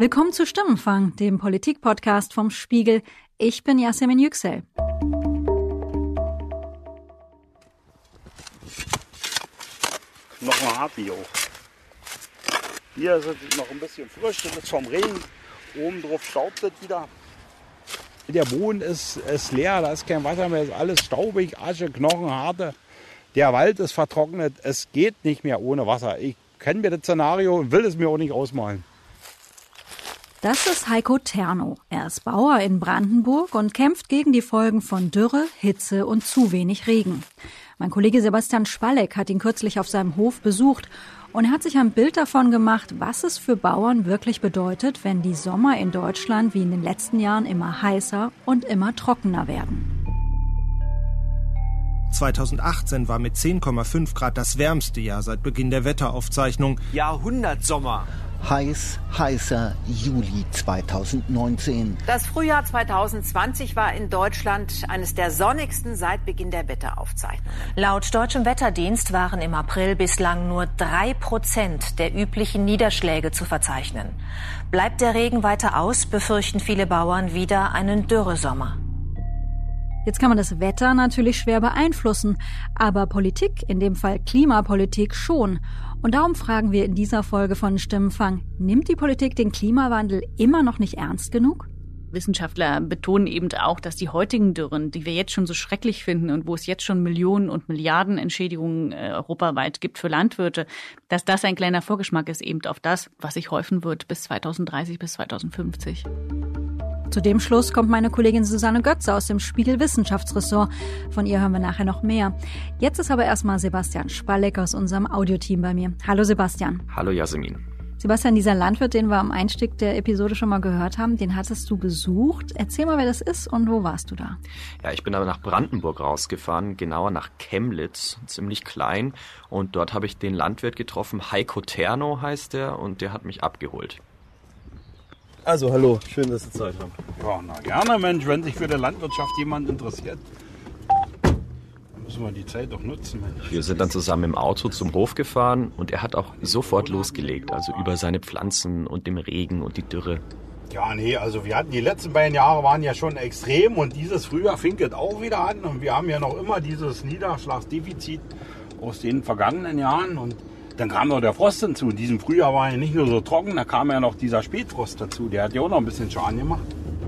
Willkommen zu Stimmenfang, dem Politik-Podcast vom Spiegel. Ich bin Yasemin Yüksel. Knochenhart wie hoch. Hier ist es noch ein bisschen frisch, das ist vom Regen. Oben drauf staubt es wieder. Der Boden ist leer, da ist kein Wasser mehr, ist alles staubig, Asche, knochenharte. Der Wald ist vertrocknet, es geht nicht mehr ohne Wasser. Ich kenne mir das Szenario und will es mir auch nicht ausmalen. Das ist Heiko Terno. Er ist Bauer in Brandenburg und kämpft gegen die Folgen von Dürre, Hitze und zu wenig Regen. Mein Kollege Sebastian Spalleck hat ihn kürzlich auf seinem Hof besucht und er hat sich ein Bild davon gemacht, was es für Bauern wirklich bedeutet, wenn die Sommer in Deutschland wie in den letzten Jahren immer heißer und immer trockener werden. 2018 war mit 10,5 Grad das wärmste Jahr seit Beginn der Wetteraufzeichnung. Jahrhundertsommer. Heißer Juli 2019. Das Frühjahr 2020 war in Deutschland eines der sonnigsten seit Beginn der Wetteraufzeichnungen. Laut Deutschem Wetterdienst waren im April bislang nur 3% der üblichen Niederschläge zu verzeichnen. Bleibt der Regen weiter aus, befürchten viele Bauern wieder einen Dürresommer. Jetzt kann man das Wetter natürlich schwer beeinflussen, aber Politik, in dem Fall Klimapolitik, schon. Und darum fragen wir in dieser Folge von Stimmenfang, nimmt die Politik den Klimawandel immer noch nicht ernst genug? Wissenschaftler betonen eben auch, dass die heutigen Dürren, die wir jetzt schon so schrecklich finden und wo es jetzt schon Millionen und Milliarden Entschädigungen europaweit gibt für Landwirte, dass das ein kleiner Vorgeschmack ist eben auf das, was sich häufen wird bis 2030, bis 2050. Zu dem Schluss kommt meine Kollegin Susanne Götze aus dem Spiegel Wissenschaftsressort. Von ihr hören wir nachher noch mehr. Jetzt ist aber erstmal Sebastian Spalleck aus unserem Audioteam bei mir. Hallo Sebastian. Hallo Yasemin. Sebastian, dieser Landwirt, den wir am Einstieg der Episode schon mal gehört haben, den hattest du besucht. Erzähl mal, wer das ist und wo warst du da? Ja, ich bin aber nach Brandenburg rausgefahren, genauer nach Chemnitz, ziemlich klein. Und dort habe ich den Landwirt getroffen, Heiko Terno heißt der, und der hat mich abgeholt. Also, hallo, schön, dass Sie Zeit haben. Ja, na gerne, Mensch, wenn sich für die Landwirtschaft jemand interessiert. Dann müssen wir die Zeit doch nutzen, Mensch. Wir sind dann zusammen im Auto zum Hof gefahren und er hat auch sofort losgelegt, also über seine Pflanzen und dem Regen und die Dürre. Ja, nee, also wir hatten die letzten beiden Jahre waren ja schon extrem und dieses Frühjahr fing es auch wieder an und wir haben ja noch immer dieses Niederschlagsdefizit aus den vergangenen Jahren und dann kam noch der Frost hinzu. In diesem Frühjahr war ja nicht nur so trocken, da kam ja noch dieser Spätfrost dazu. Der hat ja auch noch ein bisschen Schaden gemacht.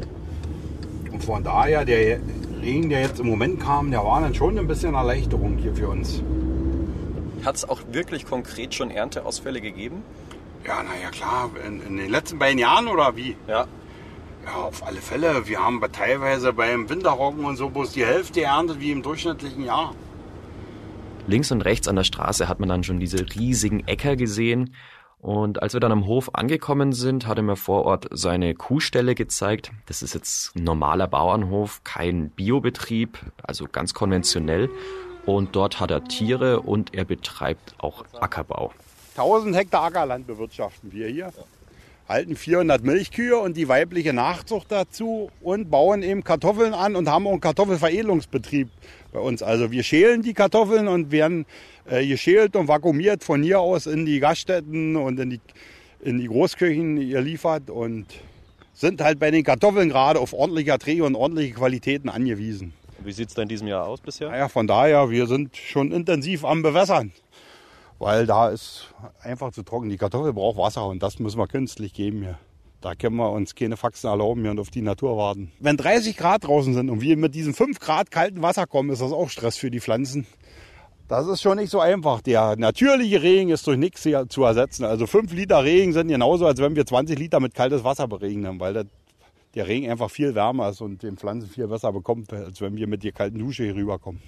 Und von daher, der Regen, der jetzt im Moment kam, der war dann schon ein bisschen Erleichterung hier für uns. Hat es auch wirklich konkret schon Ernteausfälle gegeben? Ja, naja, klar. In den letzten beiden Jahren oder wie? Ja. Ja, auf alle Fälle. Wir haben teilweise beim Winterroggen und so bloß die Hälfte erntet wie im durchschnittlichen Jahr. Links und rechts an der Straße hat man dann schon diese riesigen Äcker gesehen. Und als wir dann am Hof angekommen sind, hat er mir vor Ort seine Kuhställe gezeigt. Das ist jetzt ein normaler Bauernhof, kein Biobetrieb, also ganz konventionell. Und dort hat er Tiere und er betreibt auch Ackerbau. 1000 Hektar Ackerland bewirtschaften wir hier. Halten 400 Milchkühe und die weibliche Nachzucht dazu und bauen eben Kartoffeln an und haben auch einen Kartoffelveredelungsbetrieb bei uns. Also wir schälen die Kartoffeln und werden geschält und vakuumiert von hier aus in die Gaststätten und in die Großküchen geliefert und sind halt bei den Kartoffeln gerade auf ordentliche Erträge und ordentliche Qualitäten angewiesen. Wie sieht es denn in diesem Jahr aus bisher? Naja, von daher, wir sind schon intensiv am Bewässern. Weil da ist einfach zu trocken. Die Kartoffel braucht Wasser und das müssen wir künstlich geben hier. Da können wir uns keine Faxen erlauben hier und auf die Natur warten. Wenn 30 Grad draußen sind und wir mit diesem 5 Grad kalten Wasser kommen, ist das auch Stress für die Pflanzen. Das ist schon nicht so einfach. Der natürliche Regen ist durch nichts hier zu ersetzen. Also 5 Liter Regen sind genauso, als wenn wir 20 Liter mit kaltes Wasser beregnen, weil der Regen einfach viel wärmer ist und den Pflanzen viel besser bekommt, als wenn wir mit der kalten Dusche hier rüberkommen.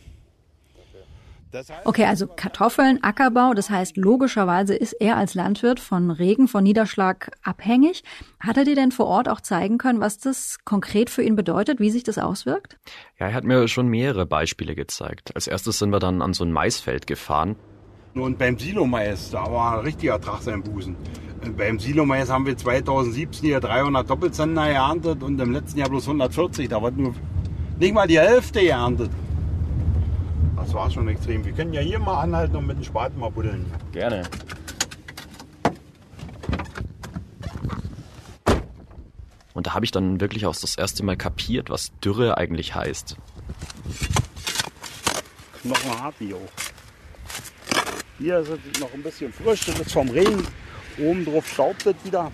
Okay, also Kartoffeln, Ackerbau, das heißt logischerweise ist er als Landwirt von Regen, von Niederschlag abhängig. Hat er dir denn vor Ort auch zeigen können, was das konkret für ihn bedeutet, wie sich das auswirkt? Ja, er hat mir schon mehrere Beispiele gezeigt. Als erstes sind wir dann an so ein Maisfeld gefahren. Und beim Silomais, da war ein richtiger Ertragseinbußen. Beim Silomais haben wir 2017 hier 300 Doppelzentner geerntet und im letzten Jahr bloß 140. Da wird nur nicht mal die Hälfte geerntet. Das war schon extrem. Wir können ja hier mal anhalten und mit dem Spaten mal buddeln. Gerne. Und da habe ich dann wirklich auch das erste Mal kapiert, was Dürre eigentlich heißt. Knochenhart die auch. Hier ist es noch ein bisschen frisch, das ist vom Regen. Oben drauf staubt es wieder.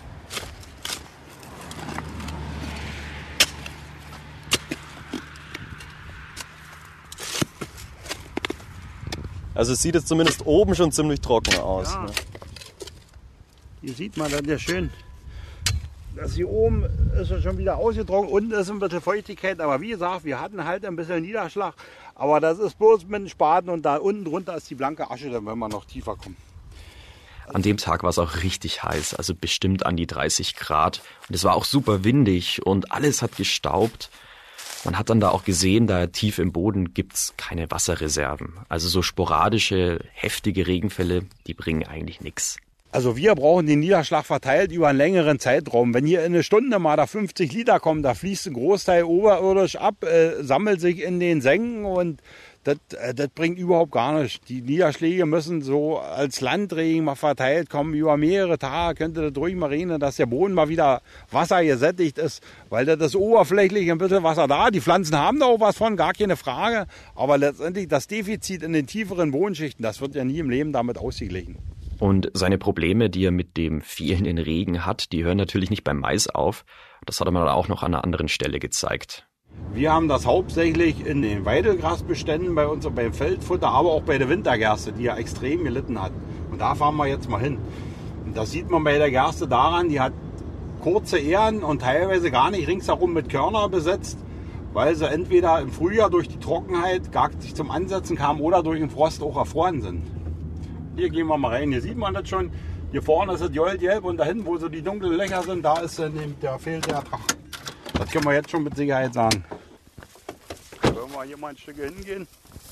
Also es sieht jetzt zumindest oben schon ziemlich trocken aus. Ja. Ne? Hier sieht man dann ja schön, dass hier oben ist es schon wieder ausgetrocknet. Unten ist ein bisschen Feuchtigkeit. Aber wie gesagt, wir hatten halt ein bisschen Niederschlag. Aber das ist bloß mit dem Spaten und da unten drunter ist die blanke Asche, dann wenn wir noch tiefer kommen. An dem Tag war es auch richtig heiß, also bestimmt an die 30 Grad. Und es war auch super windig und alles hat gestaubt. Man hat dann da auch gesehen, da tief im Boden gibt's keine Wasserreserven. Also so sporadische, heftige Regenfälle, die bringen eigentlich nichts. Also wir brauchen den Niederschlag verteilt über einen längeren Zeitraum. Wenn hier in einer Stunde mal da 50 Liter kommen, da fließt ein Großteil oberirdisch ab, sammelt sich in den Senken und das bringt überhaupt gar nichts. Die Niederschläge müssen so als Landregen mal verteilt kommen. Über mehrere Tage könnte das ruhig mal regnen, dass der Boden mal wieder wassergesättigt ist. Weil das ist oberflächlich ein bisschen Wasser da. Die Pflanzen haben da auch was von, gar keine Frage. Aber letztendlich das Defizit in den tieferen Bodenschichten, das wird ja nie im Leben damit ausgeglichen. Und seine Probleme, die er mit dem fehlenden Regen hat, die hören natürlich nicht beim Mais auf. Das hat er mal auch noch an einer anderen Stelle gezeigt. Wir haben das hauptsächlich in den Weidegrasbeständen bei uns beim Feldfutter, aber auch bei der Wintergerste, die ja extrem gelitten hat. Und da fahren wir jetzt mal hin. Und das sieht man bei der Gerste daran, die hat kurze Ähren und teilweise gar nicht ringsherum mit Körner besetzt, weil sie entweder im Frühjahr durch die Trockenheit gar nicht zum Ansetzen kamen oder durch den Frost auch erfroren sind. Hier gehen wir mal rein, hier sieht man das schon. Hier vorne ist es goldgelb und da hinten, wo so die dunklen Löcher sind, da ist da fehlt der Ertrag. Das können wir jetzt schon mit Sicherheit sagen. Wollen wir hier mal ein Stück hingehen?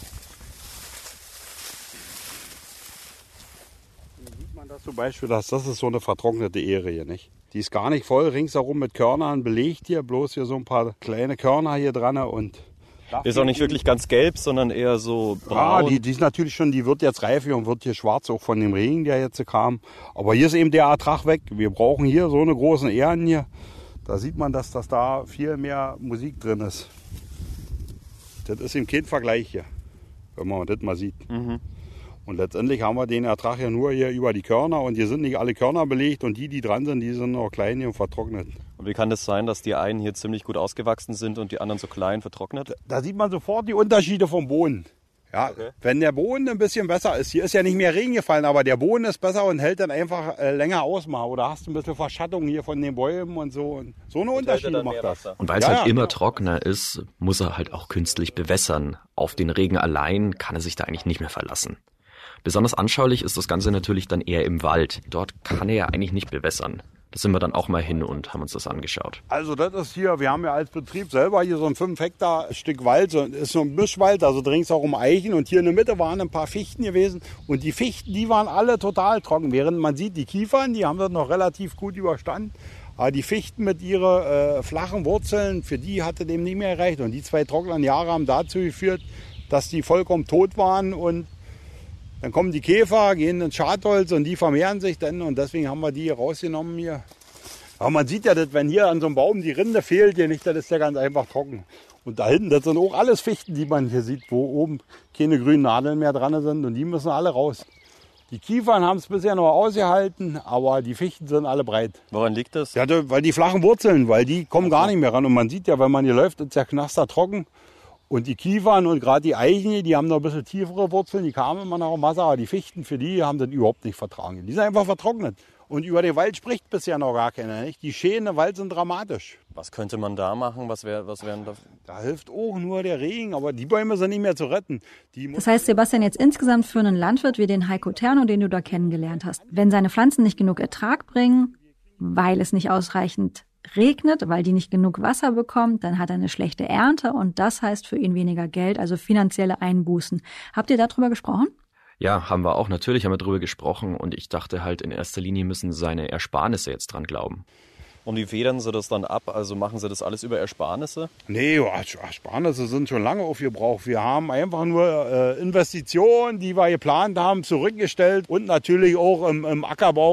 Hier sieht man das zum Beispiel, das ist so eine vertrocknete Ähre hier, nicht? Die ist gar nicht voll ringsherum mit Körnern belegt hier, bloß hier so ein paar kleine Körner hier dran und ist auch nicht wirklich ganz gelb, sondern eher so braun. Ja, die ist natürlich schon, die wird jetzt reif und wird hier schwarz, auch von dem Regen, der jetzt kam. Aber hier ist eben der Ertrag weg. Wir brauchen hier so eine großen Ähren hier. Da sieht man, dass da viel mehr Musik drin ist. Das ist eben kein Vergleich hier, wenn man das mal sieht. Mhm. Und letztendlich haben wir den Ertrag ja nur hier über die Körner und hier sind nicht alle Körner belegt und die dran sind, die sind noch klein und vertrocknet. Und wie kann das sein, dass die einen hier ziemlich gut ausgewachsen sind und die anderen so klein vertrocknet? Da sieht man sofort die Unterschiede vom Boden. Ja, okay. Wenn der Boden ein bisschen besser ist, hier ist ja nicht mehr Regen gefallen, aber der Boden ist besser und hält dann einfach länger aus mal. Oder hast du ein bisschen Verschattung hier von den Bäumen und so. Und so eine Unterschiede macht das. Und weil es halt immer trockener ist, muss er halt auch künstlich bewässern. Auf den Regen allein kann er sich da eigentlich nicht mehr verlassen. Besonders anschaulich ist das Ganze natürlich dann eher im Wald. Dort kann er ja eigentlich nicht bewässern. Da sind wir dann auch mal hin und haben uns das angeschaut. Also das ist hier, wir haben ja als Betrieb selber hier so ein 5 Hektar Stück Wald, ist so ein Mischwald, also ringsherum Eichen und hier in der Mitte waren ein paar Fichten gewesen und die Fichten, die waren alle total trocken, während man sieht, die Kiefern, die haben das noch relativ gut überstanden, aber die Fichten mit ihren flachen Wurzeln, für die hatte dem nicht mehr gereicht und die 2 trockenen Jahre haben dazu geführt, dass die vollkommen tot waren und dann kommen die Käfer, gehen ins Schadholz und die vermehren sich dann und deswegen haben wir die hier rausgenommen hier. Aber man sieht ja, dass, wenn hier an so einem Baum die Rinde fehlt, hier nicht, das ist ja ganz einfach trocken. Und da hinten, das sind auch alles Fichten, die man hier sieht, wo oben keine grünen Nadeln mehr dran sind und die müssen alle raus. Die Kiefern haben es bisher noch ausgehalten, aber die Fichten sind alle breit. Woran liegt das? Ja, weil die flachen Wurzeln, weil die kommen gar nicht mehr ran. Und man sieht ja, wenn man hier läuft, ist der Knaster trocken. Und die Kiefern und gerade die Eichen, die haben noch ein bisschen tiefere Wurzeln, die kamen immer noch im Wasser, aber die Fichten, für die haben das überhaupt nicht vertragen. Die sind einfach vertrocknet. Und über den Wald spricht bisher noch gar keiner. Nicht? Die Schäden im Wald sind dramatisch. Was könnte man da machen? Was wären da? Da hilft auch nur der Regen, aber die Bäume sind nicht mehr zu retten. Das heißt, Sebastian, jetzt insgesamt für einen Landwirt wie den Heiko Terno, den du da kennengelernt hast, wenn seine Pflanzen nicht genug Ertrag bringen, weil es nicht ausreichend regnet, weil die nicht genug Wasser bekommt, dann hat er eine schlechte Ernte und das heißt für ihn weniger Geld, also finanzielle Einbußen. Habt ihr darüber gesprochen? Ja, haben wir auch. Natürlich haben wir darüber gesprochen und ich dachte halt, in erster Linie müssen seine Ersparnisse jetzt dran glauben. Und wie federn sie das dann ab? Also machen sie das alles über Ersparnisse? Nee, Ersparnisse sind schon lange aufgebraucht. Wir haben einfach nur Investitionen, die wir geplant haben, zurückgestellt und natürlich auch im Ackerbau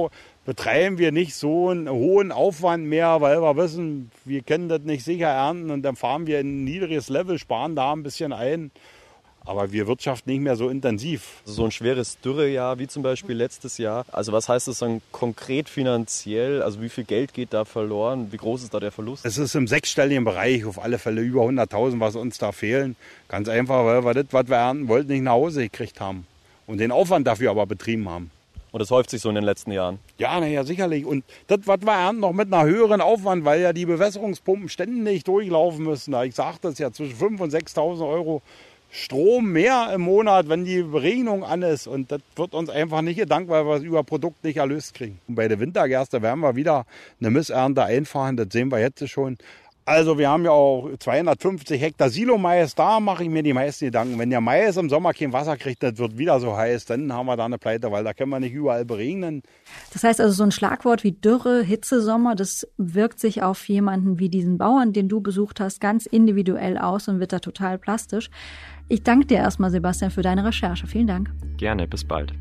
betreiben wir nicht so einen hohen Aufwand mehr, weil wir wissen, wir können das nicht sicher ernten und dann fahren wir in ein niedriges Level, sparen da ein bisschen ein. Aber wir wirtschaften nicht mehr so intensiv. So ein schweres Dürrejahr wie zum Beispiel letztes Jahr. Also was heißt das dann konkret finanziell? Also wie viel Geld geht da verloren? Wie groß ist da der Verlust? Es ist im sechsstelligen Bereich, auf alle Fälle über 100.000, was uns da fehlen. Ganz einfach, weil wir das, was wir ernten wollten, nicht nach Hause gekriegt haben. Und den Aufwand dafür aber betrieben haben. Und das häuft sich so in den letzten Jahren? Ja, naja, sicherlich. Und das, was wir ernten, noch mit einer höheren Aufwand, weil ja die Bewässerungspumpen ständig durchlaufen müssen. Ich sage das ja, zwischen 5.000 und 6.000 Euro Strom mehr im Monat, wenn die Beregnung an ist. Und das wird uns einfach nicht gedankt, weil wir es über Produkt nicht erlöst kriegen. Und bei der Wintergerste werden wir wieder eine Missernte einfahren. Das sehen wir jetzt schon. Also wir haben ja auch 250 Hektar Silomais. Da mache ich mir die meisten Gedanken. Wenn der Mais im Sommer kein Wasser kriegt, das wird wieder so heiß, dann haben wir da eine Pleite, weil da können wir nicht überall beregnen. Das heißt also, so ein Schlagwort wie Dürre, Hitzesommer, das wirkt sich auf jemanden wie diesen Bauern, den du besucht hast, ganz individuell aus und wird da total plastisch. Ich danke dir erstmal, Sebastian, für deine Recherche. Vielen Dank. Gerne, bis bald.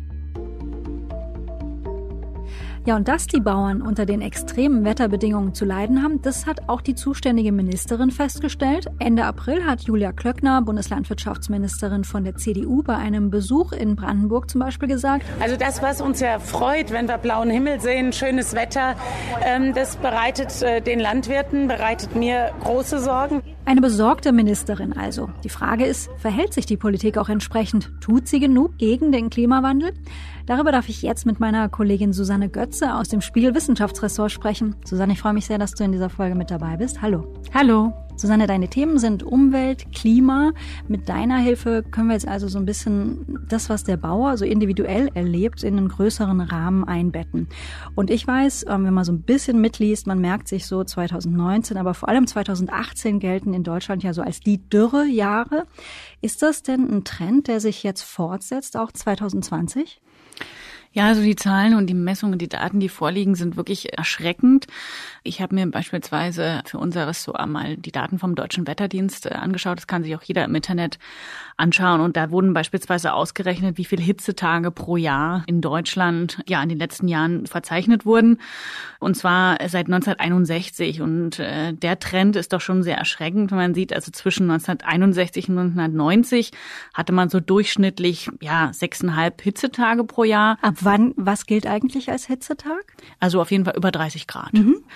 Ja, und dass die Bauern unter den extremen Wetterbedingungen zu leiden haben, das hat auch die zuständige Ministerin festgestellt. Ende April hat Julia Klöckner, Bundeslandwirtschaftsministerin von der CDU, bei einem Besuch in Brandenburg zum Beispiel gesagt: Also das, was uns ja freut, wenn wir blauen Himmel sehen, schönes Wetter, das bereitet den Landwirten, bereitet mir große Sorgen. Eine besorgte Ministerin also. Die Frage ist, verhält sich die Politik auch entsprechend? Tut sie genug gegen den Klimawandel? Darüber darf ich jetzt mit meiner Kollegin Susanne Götze aus dem Spiegel Wissenschaftsressort sprechen. Susanne, ich freue mich sehr, dass du in dieser Folge mit dabei bist. Hallo. Hallo. Susanne, deine Themen sind Umwelt, Klima. Mit deiner Hilfe können wir jetzt also so ein bisschen das, was der Bauer so individuell erlebt, in einen größeren Rahmen einbetten. Und ich weiß, wenn man so ein bisschen mitliest, man merkt sich so 2019, aber vor allem 2018 gelten in Deutschland ja so als die Dürrejahre. Ist das denn ein Trend, der sich jetzt fortsetzt, auch 2020? Ja, also die Zahlen und die Messungen, die Daten, die vorliegen, sind wirklich erschreckend. Ich habe mir beispielsweise für unser Ressort mal die Daten vom Deutschen Wetterdienst angeschaut. Das kann sich auch jeder im Internet anschauen. Und da wurden beispielsweise ausgerechnet, wie viele Hitzetage pro Jahr in Deutschland in den letzten Jahren verzeichnet wurden. Und zwar seit 1961. Und der Trend ist doch schon sehr erschreckend, wenn man sieht, also zwischen 1961 und 1990 hatte man so durchschnittlich 6,5 Hitzetage pro Jahr. Ab wann, was gilt eigentlich als Hitzetag? Also auf jeden Fall über 30 Grad.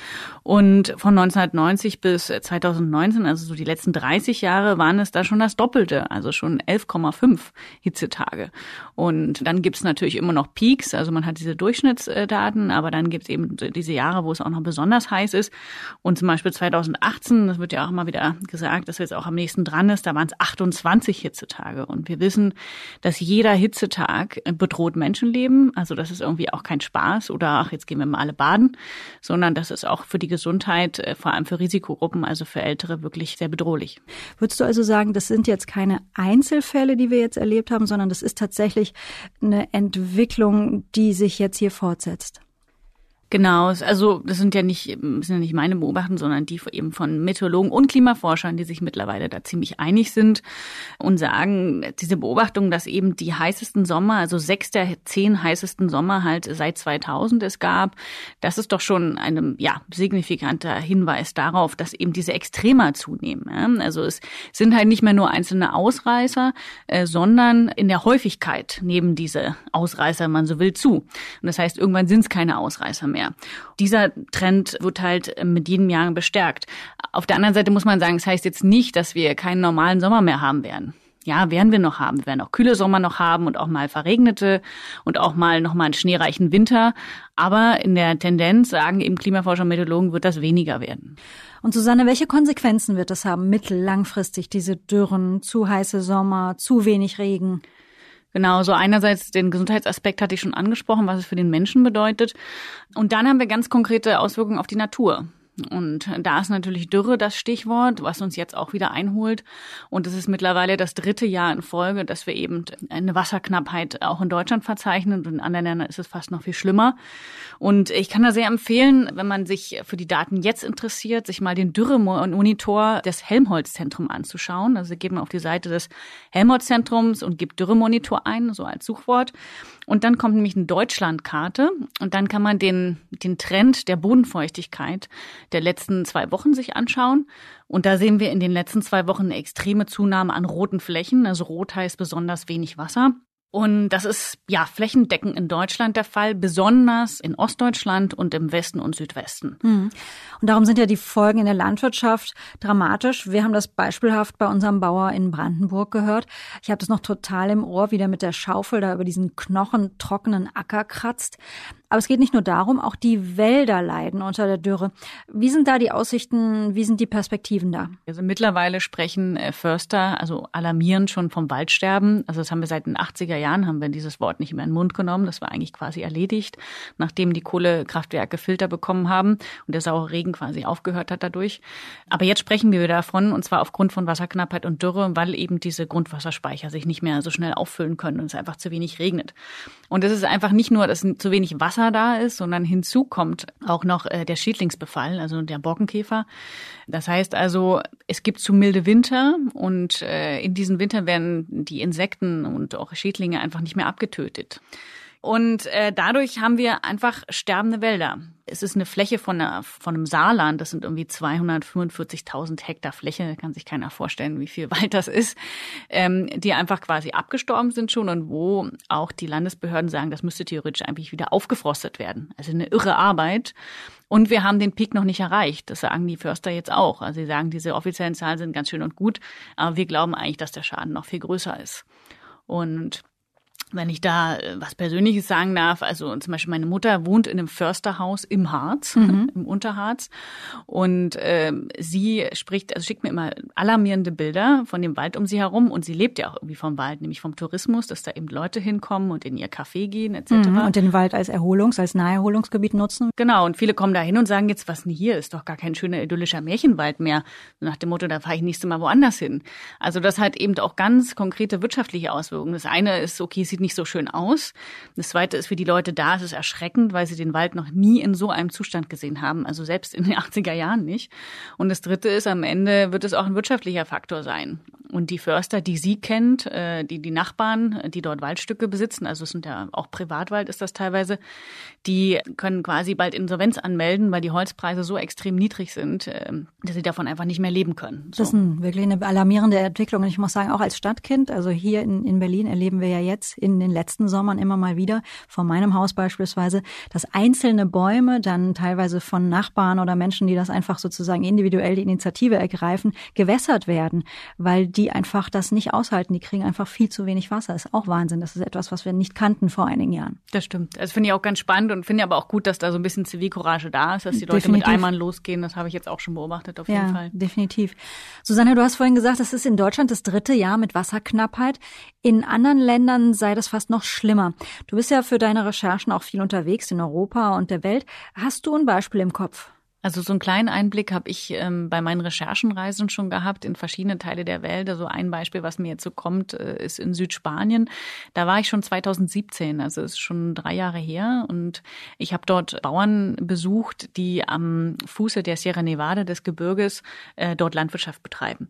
Und von 1990 bis 2019, also so die letzten 30 Jahre, waren es da schon das Doppelte, also schon 11,5 Hitzetage. Und dann gibt's natürlich immer noch Peaks, also man hat diese Durchschnittsdaten, aber dann gibt's eben diese Jahre, wo es auch noch besonders heiß ist. Und zum Beispiel 2018, das wird ja auch immer wieder gesagt, dass jetzt auch am nächsten dran ist, da waren es 28 Hitzetage. Und wir wissen, dass jeder Hitzetag bedroht Menschenleben. Also das ist irgendwie auch kein Spaß oder jetzt gehen wir mal alle baden, sondern das ist auch für die Gesundheit, vor allem für Risikogruppen, also für Ältere, wirklich sehr bedrohlich. Würdest du also sagen, das sind jetzt keine Einzelfälle, die wir jetzt erlebt haben, sondern das ist tatsächlich eine Entwicklung, die sich jetzt hier fortsetzt? Genau, also das sind ja nicht meine Beobachtungen, sondern die eben von Meteorologen und Klimaforschern, die sich mittlerweile da ziemlich einig sind und sagen, diese Beobachtung, dass eben die heißesten Sommer, also 6 der 10 heißesten Sommer halt seit 2000 es gab, das ist doch schon ein signifikanter Hinweis darauf, dass eben diese Extrema zunehmen. Also es sind halt nicht mehr nur einzelne Ausreißer, sondern in der Häufigkeit nehmen diese Ausreißer, wenn man so will, zu. Und das heißt, irgendwann sind es keine Ausreißer mehr. Dieser Trend wird halt mit jedem Jahr bestärkt. Auf der anderen Seite muss man sagen, es heißt jetzt nicht, dass wir keinen normalen Sommer mehr haben werden. Ja, werden wir noch haben. Wir werden auch kühle Sommer noch haben und auch mal verregnete und auch mal noch mal einen schneereichen Winter. Aber in der Tendenz, sagen eben Klimaforscher und Meteorologen, wird das weniger werden. Und Susanne, welche Konsequenzen wird das haben, mittel-langfristig, diese Dürren, zu heiße Sommer, zu wenig Regen? Genau, so einerseits den Gesundheitsaspekt hatte ich schon angesprochen, was es für den Menschen bedeutet. Und dann haben wir ganz konkrete Auswirkungen auf die Natur. Und da ist natürlich Dürre das Stichwort, was uns jetzt auch wieder einholt. Und es ist mittlerweile das 3. Jahr in Folge, dass wir eben eine Wasserknappheit auch in Deutschland verzeichnen. Und in anderen Ländern ist es fast noch viel schlimmer. Und ich kann da sehr empfehlen, wenn man sich für die Daten jetzt interessiert, sich mal den Dürremonitor des Helmholtz-Zentrums anzuschauen. Also geht man auf die Seite des Helmholtz-Zentrums und gibt Dürremonitor ein, so als Suchwort. Und dann kommt nämlich eine Deutschlandkarte und dann kann man den Trend der Bodenfeuchtigkeit der letzten 2 Wochen sich anschauen. Und da sehen wir in den letzten 2 Wochen eine extreme Zunahme an roten Flächen. Also rot heißt besonders wenig Wasser. Und das ist ja flächendeckend in Deutschland der Fall, besonders in Ostdeutschland und im Westen und Südwesten. Und darum sind ja die Folgen in der Landwirtschaft dramatisch. Wir haben das beispielhaft bei unserem Bauer in Brandenburg gehört. Ich habe das noch total im Ohr, wie der mit der Schaufel da über diesen knochentrockenen Acker kratzt. Aber es geht nicht nur darum, auch die Wälder leiden unter der Dürre. Wie sind da die Aussichten, wie sind die Perspektiven da? Also mittlerweile sprechen Förster, also alarmierend schon vom Waldsterben. Also das haben wir seit den 80er Jahren, haben wir dieses Wort nicht mehr in den Mund genommen. Das war eigentlich quasi erledigt, nachdem die Kohlekraftwerke Filter bekommen haben und der saure Regen quasi aufgehört hat dadurch. Aber jetzt sprechen wir wieder davon, und zwar aufgrund von Wasserknappheit und Dürre, weil eben diese Grundwasserspeicher sich nicht mehr so schnell auffüllen können und es einfach zu wenig regnet. Und es ist einfach nicht nur, dass zu wenig Wasser da ist, sondern hinzu kommt auch noch der Schädlingsbefall, also der Borkenkäfer. Das heißt also, es gibt zu milde Winter und in diesen Winter werden die Insekten und auch Schädlinge einfach nicht mehr abgetötet. Und dadurch haben wir einfach sterbende Wälder. Es ist eine Fläche von einem Saarland, das sind irgendwie 245.000 Hektar Fläche, da kann sich keiner vorstellen, wie viel Wald das ist, die einfach quasi abgestorben sind schon und wo auch die Landesbehörden sagen, das müsste theoretisch eigentlich wieder aufgeforstet werden. Also eine irre Arbeit. Und wir haben den Peak noch nicht erreicht, das sagen die Förster jetzt auch. Also sie sagen, diese offiziellen Zahlen sind ganz schön und gut, aber wir glauben eigentlich, dass der Schaden noch viel größer ist. Und wenn ich da was Persönliches sagen darf, also zum Beispiel meine Mutter wohnt in einem Försterhaus im Harz, im Unterharz, und sie schickt mir immer alarmierende Bilder von dem Wald um sie herum, und sie lebt ja auch irgendwie vom Wald, nämlich vom Tourismus, dass da eben Leute hinkommen und in ihr Café gehen etc. Und den Wald als als Naherholungsgebiet nutzen. Genau, und viele kommen da hin und sagen jetzt, was denn hier, ist doch gar kein schöner idyllischer Märchenwald mehr. Nach dem Motto, da fahre ich nächstes Mal woanders hin. Also das hat eben auch ganz konkrete wirtschaftliche Auswirkungen. Das eine ist, okay, es sieht nicht so schön aus. Das zweite ist, für die Leute da, es ist erschreckend, weil sie den Wald noch nie in so einem Zustand gesehen haben, also selbst in den 80er Jahren nicht. Und das dritte ist, am Ende wird es auch ein wirtschaftlicher Faktor sein. Und die Förster, die sie kennt, die Nachbarn, die dort Waldstücke besitzen, also es sind ja auch Privatwald ist das teilweise, die können quasi bald Insolvenz anmelden, weil die Holzpreise so extrem niedrig sind, dass sie davon einfach nicht mehr leben können. So. Das ist wirklich eine alarmierende Entwicklung. Und ich muss sagen, auch als Stadtkind, also hier in Berlin erleben wir ja jetzt in den letzten Sommern immer mal wieder, vor meinem Haus beispielsweise, dass einzelne Bäume dann teilweise von Nachbarn oder Menschen, die das einfach sozusagen individuell die Initiative ergreifen, gewässert werden, weil die einfach das nicht aushalten. Die kriegen einfach viel zu wenig Wasser. Das ist auch Wahnsinn. Das ist etwas, was wir nicht kannten vor einigen Jahren. Das stimmt. Das finde ich auch ganz spannend und finde aber auch gut, dass da so ein bisschen Zivilcourage da ist, dass die Leute mit Eimern losgehen. Das habe ich jetzt auch schon beobachtet, auf jeden Fall. Ja, definitiv. Susanne, du hast vorhin gesagt, das ist in Deutschland das 3. Jahr mit Wasserknappheit. In anderen Ländern sei das fast noch schlimmer. Du bist ja für deine Recherchen auch viel unterwegs in Europa und der Welt. Hast du ein Beispiel im Kopf? Also so einen kleinen Einblick habe ich bei meinen Recherchenreisen schon gehabt in verschiedene Teile der Welt. Also ein Beispiel, was mir jetzt so kommt, ist in Südspanien. Da war ich schon 2017, also ist schon 3 Jahre her. Und ich habe dort Bauern besucht, die am Fuße der Sierra Nevada des Gebirges dort Landwirtschaft betreiben.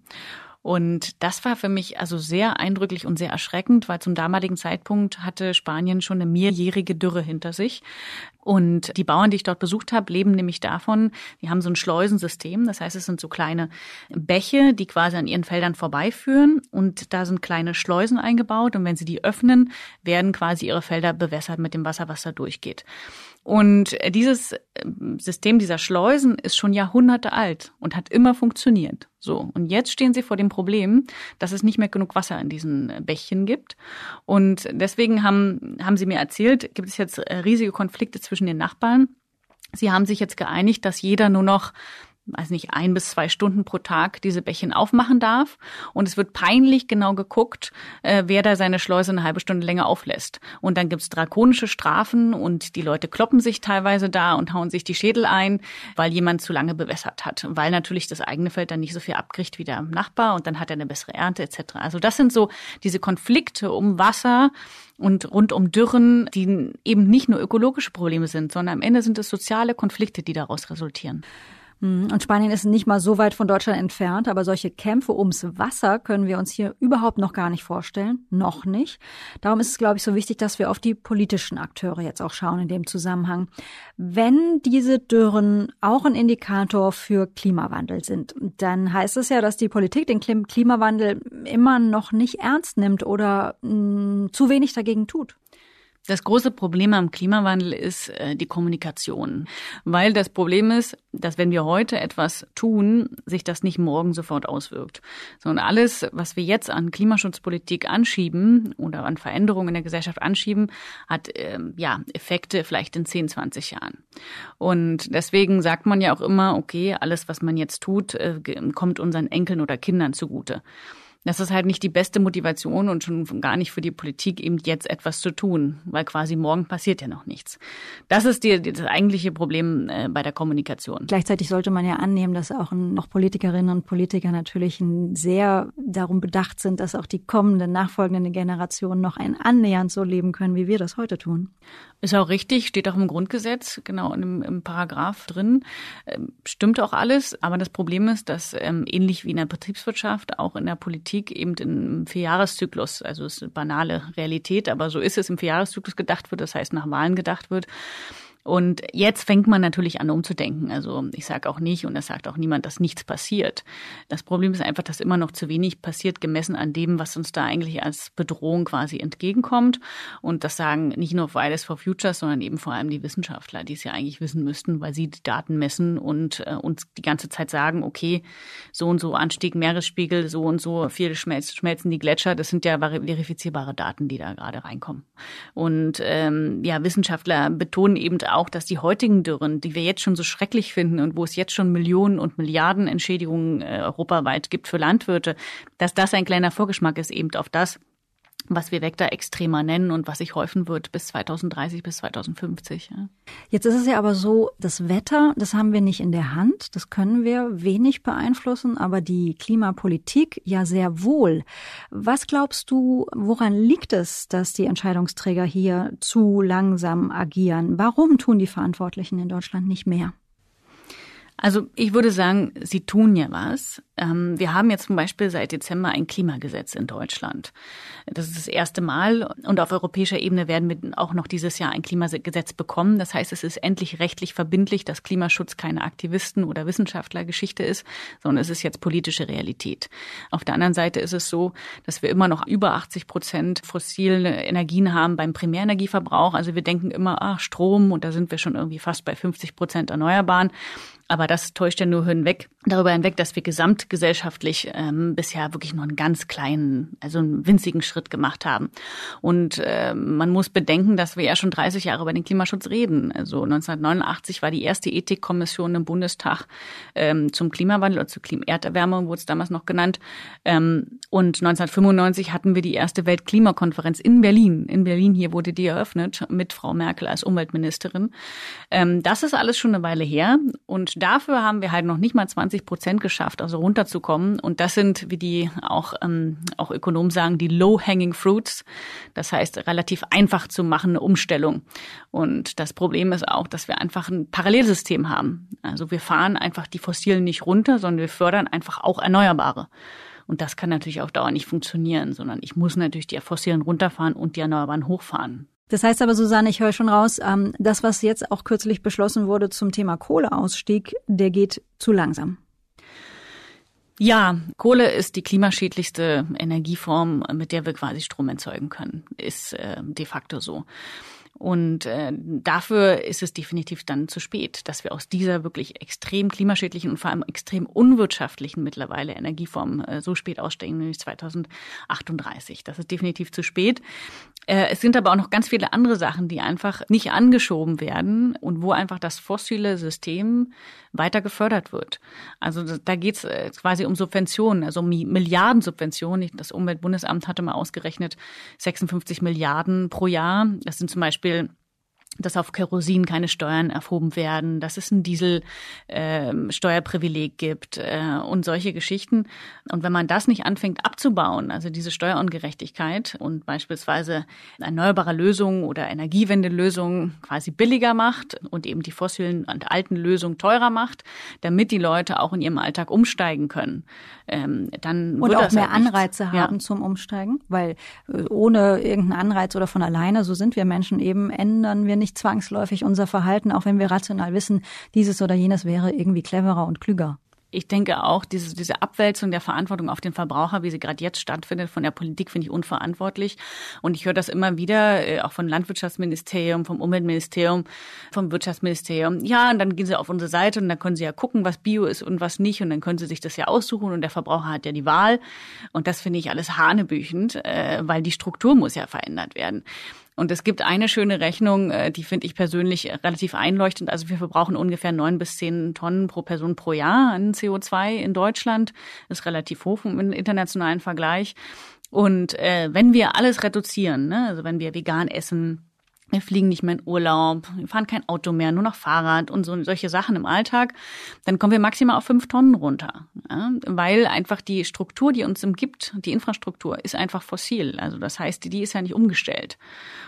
Und das war für mich also sehr eindrücklich und sehr erschreckend, weil zum damaligen Zeitpunkt hatte Spanien schon eine mehrjährige Dürre hinter sich. Und die Bauern, die ich dort besucht habe, leben nämlich davon, die haben so ein Schleusensystem. Das heißt, es sind so kleine Bäche, die quasi an ihren Feldern vorbeiführen. Und da sind kleine Schleusen eingebaut. Und wenn sie die öffnen, werden quasi ihre Felder bewässert mit dem Wasser, was da durchgeht. Und dieses System dieser Schleusen ist schon Jahrhunderte alt und hat immer funktioniert. So, und jetzt stehen sie vor dem Problem, dass es nicht mehr genug Wasser in diesen Bächchen gibt. Und deswegen haben sie mir erzählt, gibt es jetzt riesige Konflikte zwischen den Nachbarn. Sie haben sich jetzt geeinigt, dass jeder nur noch 1 bis 2 Stunden pro Tag diese Bächchen aufmachen darf. Und es wird peinlich genau geguckt, wer da seine Schleuse eine halbe Stunde länger auflässt. Und dann gibt's drakonische Strafen und die Leute kloppen sich teilweise da und hauen sich die Schädel ein, weil jemand zu lange bewässert hat. Weil natürlich das eigene Feld dann nicht so viel abkriegt wie der Nachbar und dann hat er eine bessere Ernte etc. Also das sind so diese Konflikte um Wasser und rund um Dürren, die eben nicht nur ökologische Probleme sind, sondern am Ende sind es soziale Konflikte, die daraus resultieren. Und Spanien ist nicht mal so weit von Deutschland entfernt, aber solche Kämpfe ums Wasser können wir uns hier überhaupt noch gar nicht vorstellen. Noch nicht. Darum ist es, glaube ich, so wichtig, dass wir auf die politischen Akteure jetzt auch schauen in dem Zusammenhang. Wenn diese Dürren auch ein Indikator für Klimawandel sind, dann heißt es ja, dass die Politik den Klimawandel immer noch nicht ernst nimmt oder zu wenig dagegen tut. Das große Problem am Klimawandel ist die Kommunikation. Weil das Problem ist, dass wenn wir heute etwas tun, sich das nicht morgen sofort auswirkt. Sondern alles, was wir jetzt an Klimaschutzpolitik anschieben oder an Veränderungen in der Gesellschaft anschieben, hat Effekte vielleicht in 10, 20 Jahren. Und deswegen sagt man ja auch immer, okay, alles, was man jetzt tut, kommt unseren Enkeln oder Kindern zugute. Das ist halt nicht die beste Motivation und schon gar nicht für die Politik, eben jetzt etwas zu tun, weil quasi morgen passiert ja noch nichts. Das ist das eigentliche Problem bei der Kommunikation. Gleichzeitig sollte man ja annehmen, dass auch noch Politikerinnen und Politiker natürlich sehr darum bedacht sind, dass auch die kommenden, nachfolgenden Generationen noch annähernd so leben können, wie wir das heute tun. Ist auch richtig, steht auch im Grundgesetz, genau im Paragraph drin. Stimmt auch alles, aber das Problem ist, dass ähnlich wie in der Betriebswirtschaft auch in der Politik eben im Vierjahreszyklus, also ist eine banale Realität, aber so ist es, im Vierjahreszyklus gedacht wird, das heißt nach Wahlen gedacht wird. Und jetzt fängt man natürlich an umzudenken. Also ich sage auch nicht, und das sagt auch niemand, dass nichts passiert. Das Problem ist einfach, dass immer noch zu wenig passiert, gemessen an dem, was uns da eigentlich als Bedrohung quasi entgegenkommt. Und das sagen nicht nur Fridays for Future, sondern eben vor allem die Wissenschaftler, die es ja eigentlich wissen müssten, weil sie die Daten messen und uns die ganze Zeit sagen, okay, so und so Anstieg Meeresspiegel, so und so viel schmelzen die Gletscher. Das sind ja verifizierbare Daten, die da gerade reinkommen. Und Wissenschaftler betonen eben auch, dass die heutigen Dürren, die wir jetzt schon so schrecklich finden und wo es jetzt schon Millionen und Milliarden Entschädigungen europaweit gibt für Landwirte, dass das ein kleiner Vorgeschmack ist eben auf das, was wir Wetterextremer nennen und was sich häufen wird bis 2030, bis 2050. Ja. Jetzt ist es ja aber so, das Wetter, das haben wir nicht in der Hand, das können wir wenig beeinflussen, aber die Klimapolitik ja sehr wohl. Was glaubst du, woran liegt es, dass die Entscheidungsträger hier zu langsam agieren? Warum tun die Verantwortlichen in Deutschland nicht mehr? Also ich würde sagen, sie tun ja was. Wir haben jetzt zum Beispiel seit Dezember ein Klimagesetz in Deutschland. Das ist das erste Mal und auf europäischer Ebene werden wir auch noch dieses Jahr ein Klimagesetz bekommen. Das heißt, es ist endlich rechtlich verbindlich, dass Klimaschutz keine Aktivisten- oder Wissenschaftlergeschichte ist, sondern es ist jetzt politische Realität. Auf der anderen Seite ist es so, dass wir immer noch über 80% fossile Energien haben beim Primärenergieverbrauch. Also wir denken immer, Strom, und da sind wir schon irgendwie fast bei 50% Erneuerbaren. Aber das täuscht ja nur darüber hinweg, dass wir gesamtgesellschaftlich bisher wirklich nur einen ganz kleinen, also einen winzigen Schritt gemacht haben. Und man muss bedenken, dass wir ja schon 30 Jahre über den Klimaschutz reden. Also 1989 war die erste Ethikkommission im Bundestag zum Klimawandel oder zur Erderwärmung, wurde es damals noch genannt. Und 1995 hatten wir die erste Weltklimakonferenz in Berlin. In Berlin hier wurde die eröffnet mit Frau Merkel als Umweltministerin. Das ist alles schon eine Weile her. Und dafür haben wir halt noch nicht mal 20% geschafft, also runterzukommen. Und das sind, wie die auch Ökonomen sagen, die low-hanging fruits. Das heißt, relativ einfach zu machen, eine Umstellung. Und das Problem ist auch, dass wir einfach ein Parallelsystem haben. Also wir fahren einfach die Fossilen nicht runter, sondern wir fördern einfach auch Erneuerbare. Und das kann natürlich auf Dauer nicht funktionieren, sondern ich muss natürlich die Fossilen runterfahren und die Erneuerbaren hochfahren. Das heißt aber, Susanne, ich höre schon raus, das, was jetzt auch kürzlich beschlossen wurde zum Thema Kohleausstieg, der geht zu langsam. Ja, Kohle ist die klimaschädlichste Energieform, mit der wir quasi Strom erzeugen können. Ist de facto so. Und dafür ist es definitiv dann zu spät, dass wir aus dieser wirklich extrem klimaschädlichen und vor allem extrem unwirtschaftlichen mittlerweile Energieform so spät aussteigen, nämlich 2038. Das ist definitiv zu spät. Es sind aber auch noch ganz viele andere Sachen, die einfach nicht angeschoben werden und wo einfach das fossile System weiter gefördert wird. Also da geht es quasi um Subventionen, also um Milliardensubventionen. Das Umweltbundesamt hatte mal ausgerechnet 56 Milliarden pro Jahr. Das sind zum Beispiel dass auf Kerosin keine Steuern erhoben werden, dass es ein Dieselsteuerprivileg gibt und solche Geschichten. Und wenn man das nicht anfängt abzubauen, also diese Steuerungerechtigkeit und beispielsweise erneuerbare Lösungen oder Energiewendelösungen quasi billiger macht und eben die fossilen und alten Lösungen teurer macht, damit die Leute auch in ihrem Alltag umsteigen können, dann und wird auch das mehr halt nichts. Anreize haben zum Umsteigen, weil ohne irgendeinen Anreiz oder von alleine, so sind wir Menschen eben, ändern wir nicht zwangsläufig unser Verhalten, auch wenn wir rational wissen, dieses oder jenes wäre irgendwie cleverer und klüger. Ich denke auch, diese Abwälzung der Verantwortung auf den Verbraucher, wie sie gerade jetzt stattfindet, von der Politik, finde ich unverantwortlich. Und ich höre das immer wieder, auch vom Landwirtschaftsministerium, vom Umweltministerium, vom Wirtschaftsministerium. Ja, und dann gehen sie auf unsere Seite und dann können sie ja gucken, was Bio ist und was nicht. Und dann können sie sich das ja aussuchen und der Verbraucher hat ja die Wahl. Und das finde ich alles hanebüchend, weil die Struktur muss ja verändert werden. Und es gibt eine schöne Rechnung, die finde ich persönlich relativ einleuchtend. Also wir verbrauchen ungefähr 9 bis 10 Tonnen pro Person pro Jahr an CO2 in Deutschland. Das ist relativ hoch im internationalen Vergleich. Und wenn wir alles reduzieren, ne, also wenn wir vegan essen, wir fliegen nicht mehr in Urlaub, wir fahren kein Auto mehr, nur noch Fahrrad und solche Sachen im Alltag, dann kommen wir maximal auf 5 Tonnen runter. Ja, weil einfach die Struktur, die uns umgibt, die Infrastruktur, ist einfach fossil. Also das heißt, die ist ja nicht umgestellt.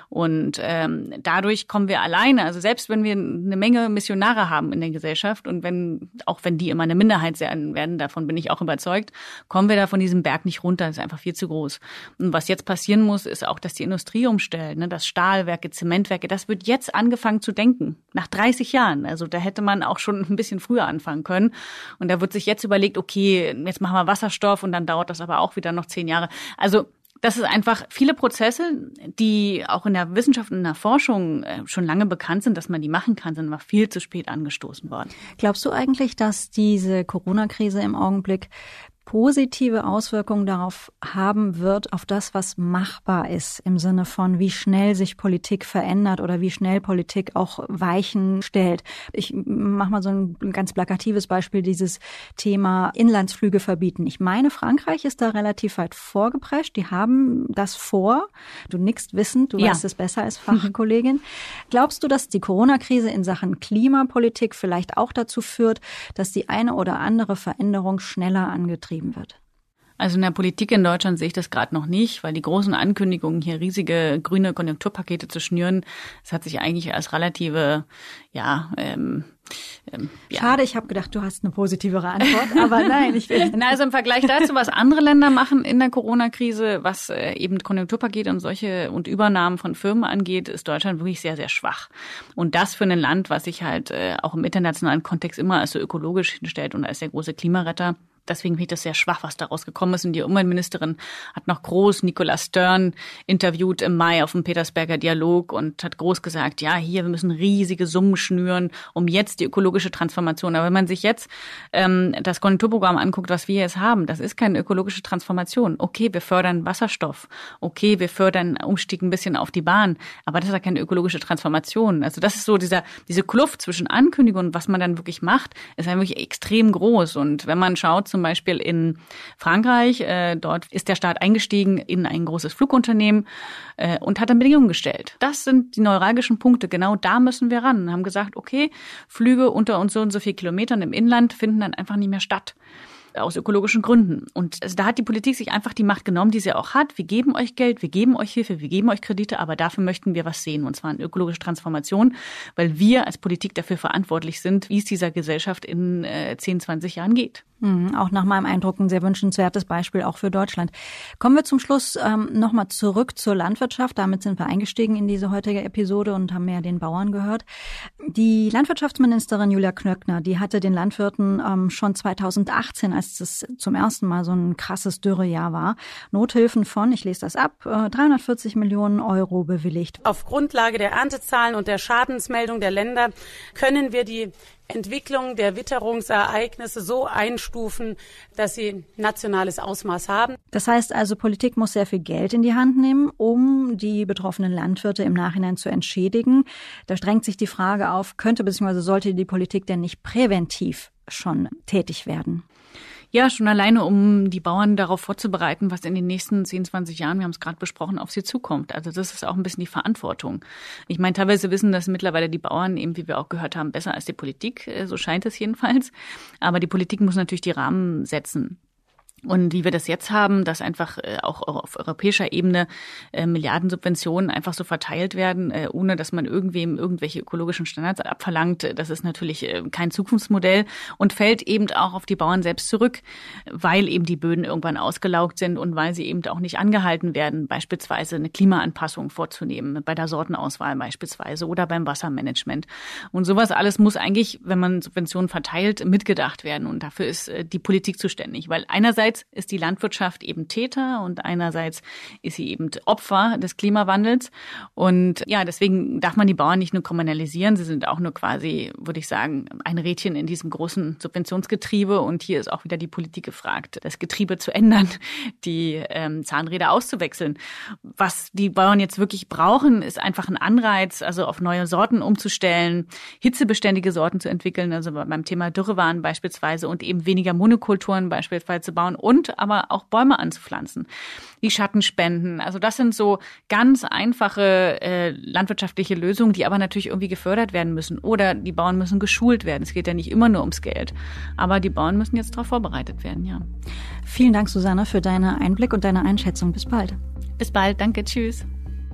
Und dadurch kommen wir alleine, also selbst wenn wir eine Menge Missionare haben in der Gesellschaft und wenn die immer eine Minderheit sein werden, davon bin ich auch überzeugt, kommen wir da von diesem Berg nicht runter, das ist einfach viel zu groß. Und was jetzt passieren muss, ist auch, dass die Industrie umstellt, ne, dass Stahlwerke, Zementwerke, das wird jetzt angefangen zu denken, nach 30 Jahren. Also da hätte man auch schon ein bisschen früher anfangen können. Und da wird sich jetzt überlegt, okay, jetzt machen wir Wasserstoff und dann dauert das aber auch wieder noch 10 Jahre. Also das ist einfach viele Prozesse, die auch in der Wissenschaft und in der Forschung schon lange bekannt sind, dass man die machen kann, sind aber viel zu spät angestoßen worden. Glaubst du eigentlich, dass diese Corona-Krise im Augenblick positive Auswirkungen darauf haben wird, auf das, was machbar ist, im Sinne von, wie schnell sich Politik verändert oder wie schnell Politik auch Weichen stellt? Ich mache mal so ein ganz plakatives Beispiel, dieses Thema Inlandsflüge verbieten. Ich meine, Frankreich ist da relativ weit vorgeprescht. Die haben das vor. Du nickst wissend, du weißt es besser als Fachkollegin. Glaubst du, dass die Corona-Krise in Sachen Klimapolitik vielleicht auch dazu führt, dass die eine oder andere Veränderung schneller angetrieben wird? Also in der Politik in Deutschland sehe ich das gerade noch nicht, weil die großen Ankündigungen, hier riesige grüne Konjunkturpakete zu schnüren, das hat sich eigentlich als relative, Schade, ich habe gedacht, du hast eine positivere Antwort, aber nein, ich will. Also im Vergleich dazu, was andere Länder machen in der Corona-Krise, was eben Konjunkturpakete und solche und Übernahmen von Firmen angeht, ist Deutschland wirklich sehr, sehr schwach. Und das für ein Land, was sich halt auch im internationalen Kontext immer als so ökologisch hinstellt und als der große Klimaretter. Deswegen finde ich das sehr schwach, was daraus gekommen ist. Und die Umweltministerin hat noch groß Nicola Stern interviewt im Mai auf dem Petersberger Dialog und hat groß gesagt, ja, hier, wir müssen riesige Summen schnüren, um jetzt die ökologische Transformation. Aber wenn man sich jetzt das Konjunkturprogramm anguckt, was wir jetzt haben, das ist keine ökologische Transformation. Okay, wir fördern Wasserstoff. Okay, wir fördern Umstieg ein bisschen auf die Bahn. Aber das ist ja keine ökologische Transformation. Also das ist so diese Kluft zwischen Ankündigung und was man dann wirklich macht, ist ja wirklich extrem groß. Und wenn man schaut, zum Beispiel in Frankreich, dort ist der Staat eingestiegen in ein großes Flugunternehmen und hat dann Bedingungen gestellt. Das sind die neuralgischen Punkte, genau da müssen wir ran. Haben gesagt, okay, Flüge unter uns so und so viel Kilometern im Inland finden dann einfach nicht mehr statt. Aus ökologischen Gründen. Und also da hat die Politik sich einfach die Macht genommen, die sie auch hat. Wir geben euch Geld, wir geben euch Hilfe, wir geben euch Kredite, aber dafür möchten wir was sehen, und zwar eine ökologische Transformation, weil wir als Politik dafür verantwortlich sind, wie es dieser Gesellschaft in 10, 20 Jahren geht. Auch nach meinem Eindruck ein sehr wünschenswertes Beispiel auch für Deutschland. Kommen wir zum Schluss nochmal zurück zur Landwirtschaft. Damit sind wir eingestiegen in diese heutige Episode und haben ja den Bauern gehört. Die Landwirtschaftsministerin Julia Klöckner, die hatte den Landwirten schon 2018, als es zum ersten Mal so ein krasses Dürrejahr war, Nothilfen von, ich lese das ab, 340 Millionen Euro bewilligt. Auf Grundlage der Erntezahlen und der Schadensmeldung der Länder können wir die Entwicklung der Witterungsereignisse so einstufen, dass sie nationales Ausmaß haben. Das heißt also, Politik muss sehr viel Geld in die Hand nehmen, um die betroffenen Landwirte im Nachhinein zu entschädigen. Da drängt sich die Frage auf, könnte bzw. sollte die Politik denn nicht präventiv schon tätig werden? Ja, schon alleine, um die Bauern darauf vorzubereiten, was in den nächsten 10, 20 Jahren, wir haben es gerade besprochen, auf sie zukommt. Also das ist auch ein bisschen die Verantwortung. Ich meine, teilweise wissen das mittlerweile die Bauern, eben wie wir auch gehört haben, besser als die Politik, so scheint es jedenfalls. Aber die Politik muss natürlich die Rahmen setzen. Und wie wir das jetzt haben, dass einfach auch auf europäischer Ebene Milliardensubventionen einfach so verteilt werden, ohne dass man irgendwem irgendwelche ökologischen Standards abverlangt, das ist natürlich kein Zukunftsmodell und fällt eben auch auf die Bauern selbst zurück, weil eben die Böden irgendwann ausgelaugt sind und weil sie eben auch nicht angehalten werden, beispielsweise eine Klimaanpassung vorzunehmen, bei der Sortenauswahl beispielsweise oder beim Wassermanagement. Und sowas alles muss eigentlich, wenn man Subventionen verteilt, mitgedacht werden. Und dafür ist die Politik zuständig, weil einerseits ist die Landwirtschaft eben Täter und einerseits ist sie eben Opfer des Klimawandels. Und ja, deswegen darf man die Bauern nicht nur kommunalisieren. Sie sind auch nur quasi, würde ich sagen, ein Rädchen in diesem großen Subventionsgetriebe. Und hier ist auch wieder die Politik gefragt, das Getriebe zu ändern, die Zahnräder auszuwechseln. Was die Bauern jetzt wirklich brauchen, ist einfach ein Anreiz, also auf neue Sorten umzustellen, hitzebeständige Sorten zu entwickeln, also beim Thema Dürrewaren beispielsweise und eben weniger Monokulturen beispielsweise zu bauen und aber auch Bäume anzupflanzen, die Schatten spenden. Also das sind so ganz einfache landwirtschaftliche Lösungen, die aber natürlich irgendwie gefördert werden müssen. Oder die Bauern müssen geschult werden. Es geht ja nicht immer nur ums Geld. Aber die Bauern müssen jetzt darauf vorbereitet werden, ja. Vielen Dank, Susanne, für deinen Einblick und deine Einschätzung. Bis bald. Bis bald, danke, tschüss.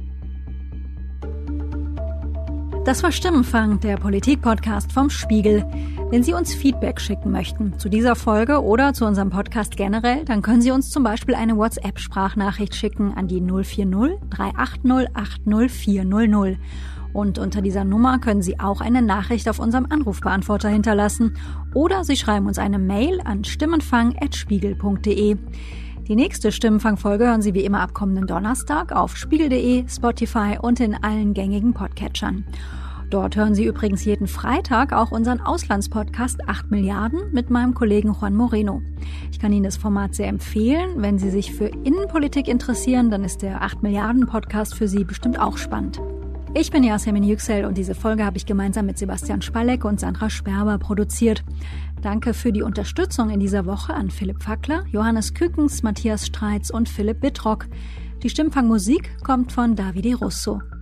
Das war Stimmenfang, der Politik-Podcast vom Spiegel. Wenn Sie uns Feedback schicken möchten zu dieser Folge oder zu unserem Podcast generell, dann können Sie uns zum Beispiel eine WhatsApp-Sprachnachricht schicken an die 040 380 80 400. Und unter dieser Nummer können Sie auch eine Nachricht auf unserem Anrufbeantworter hinterlassen oder Sie schreiben uns eine Mail an stimmenfang@spiegel.de. Die nächste Stimmenfang-Folge hören Sie wie immer ab kommenden Donnerstag auf spiegel.de, Spotify und in allen gängigen Podcatchern. Dort hören Sie übrigens jeden Freitag auch unseren Auslandspodcast 8 Milliarden mit meinem Kollegen Juan Moreno. Ich kann Ihnen das Format sehr empfehlen. Wenn Sie sich für Innenpolitik interessieren, dann ist der 8 Milliarden Podcast für Sie bestimmt auch spannend. Ich bin Yasemin Yüksel und diese Folge habe ich gemeinsam mit Sebastian Spalleck und Sandra Sperber produziert. Danke für die Unterstützung in dieser Woche an Philipp Fackler, Johannes Kükens, Matthias Streitz und Philipp Bittrock. Die Stimmfangmusik kommt von Davide Russo.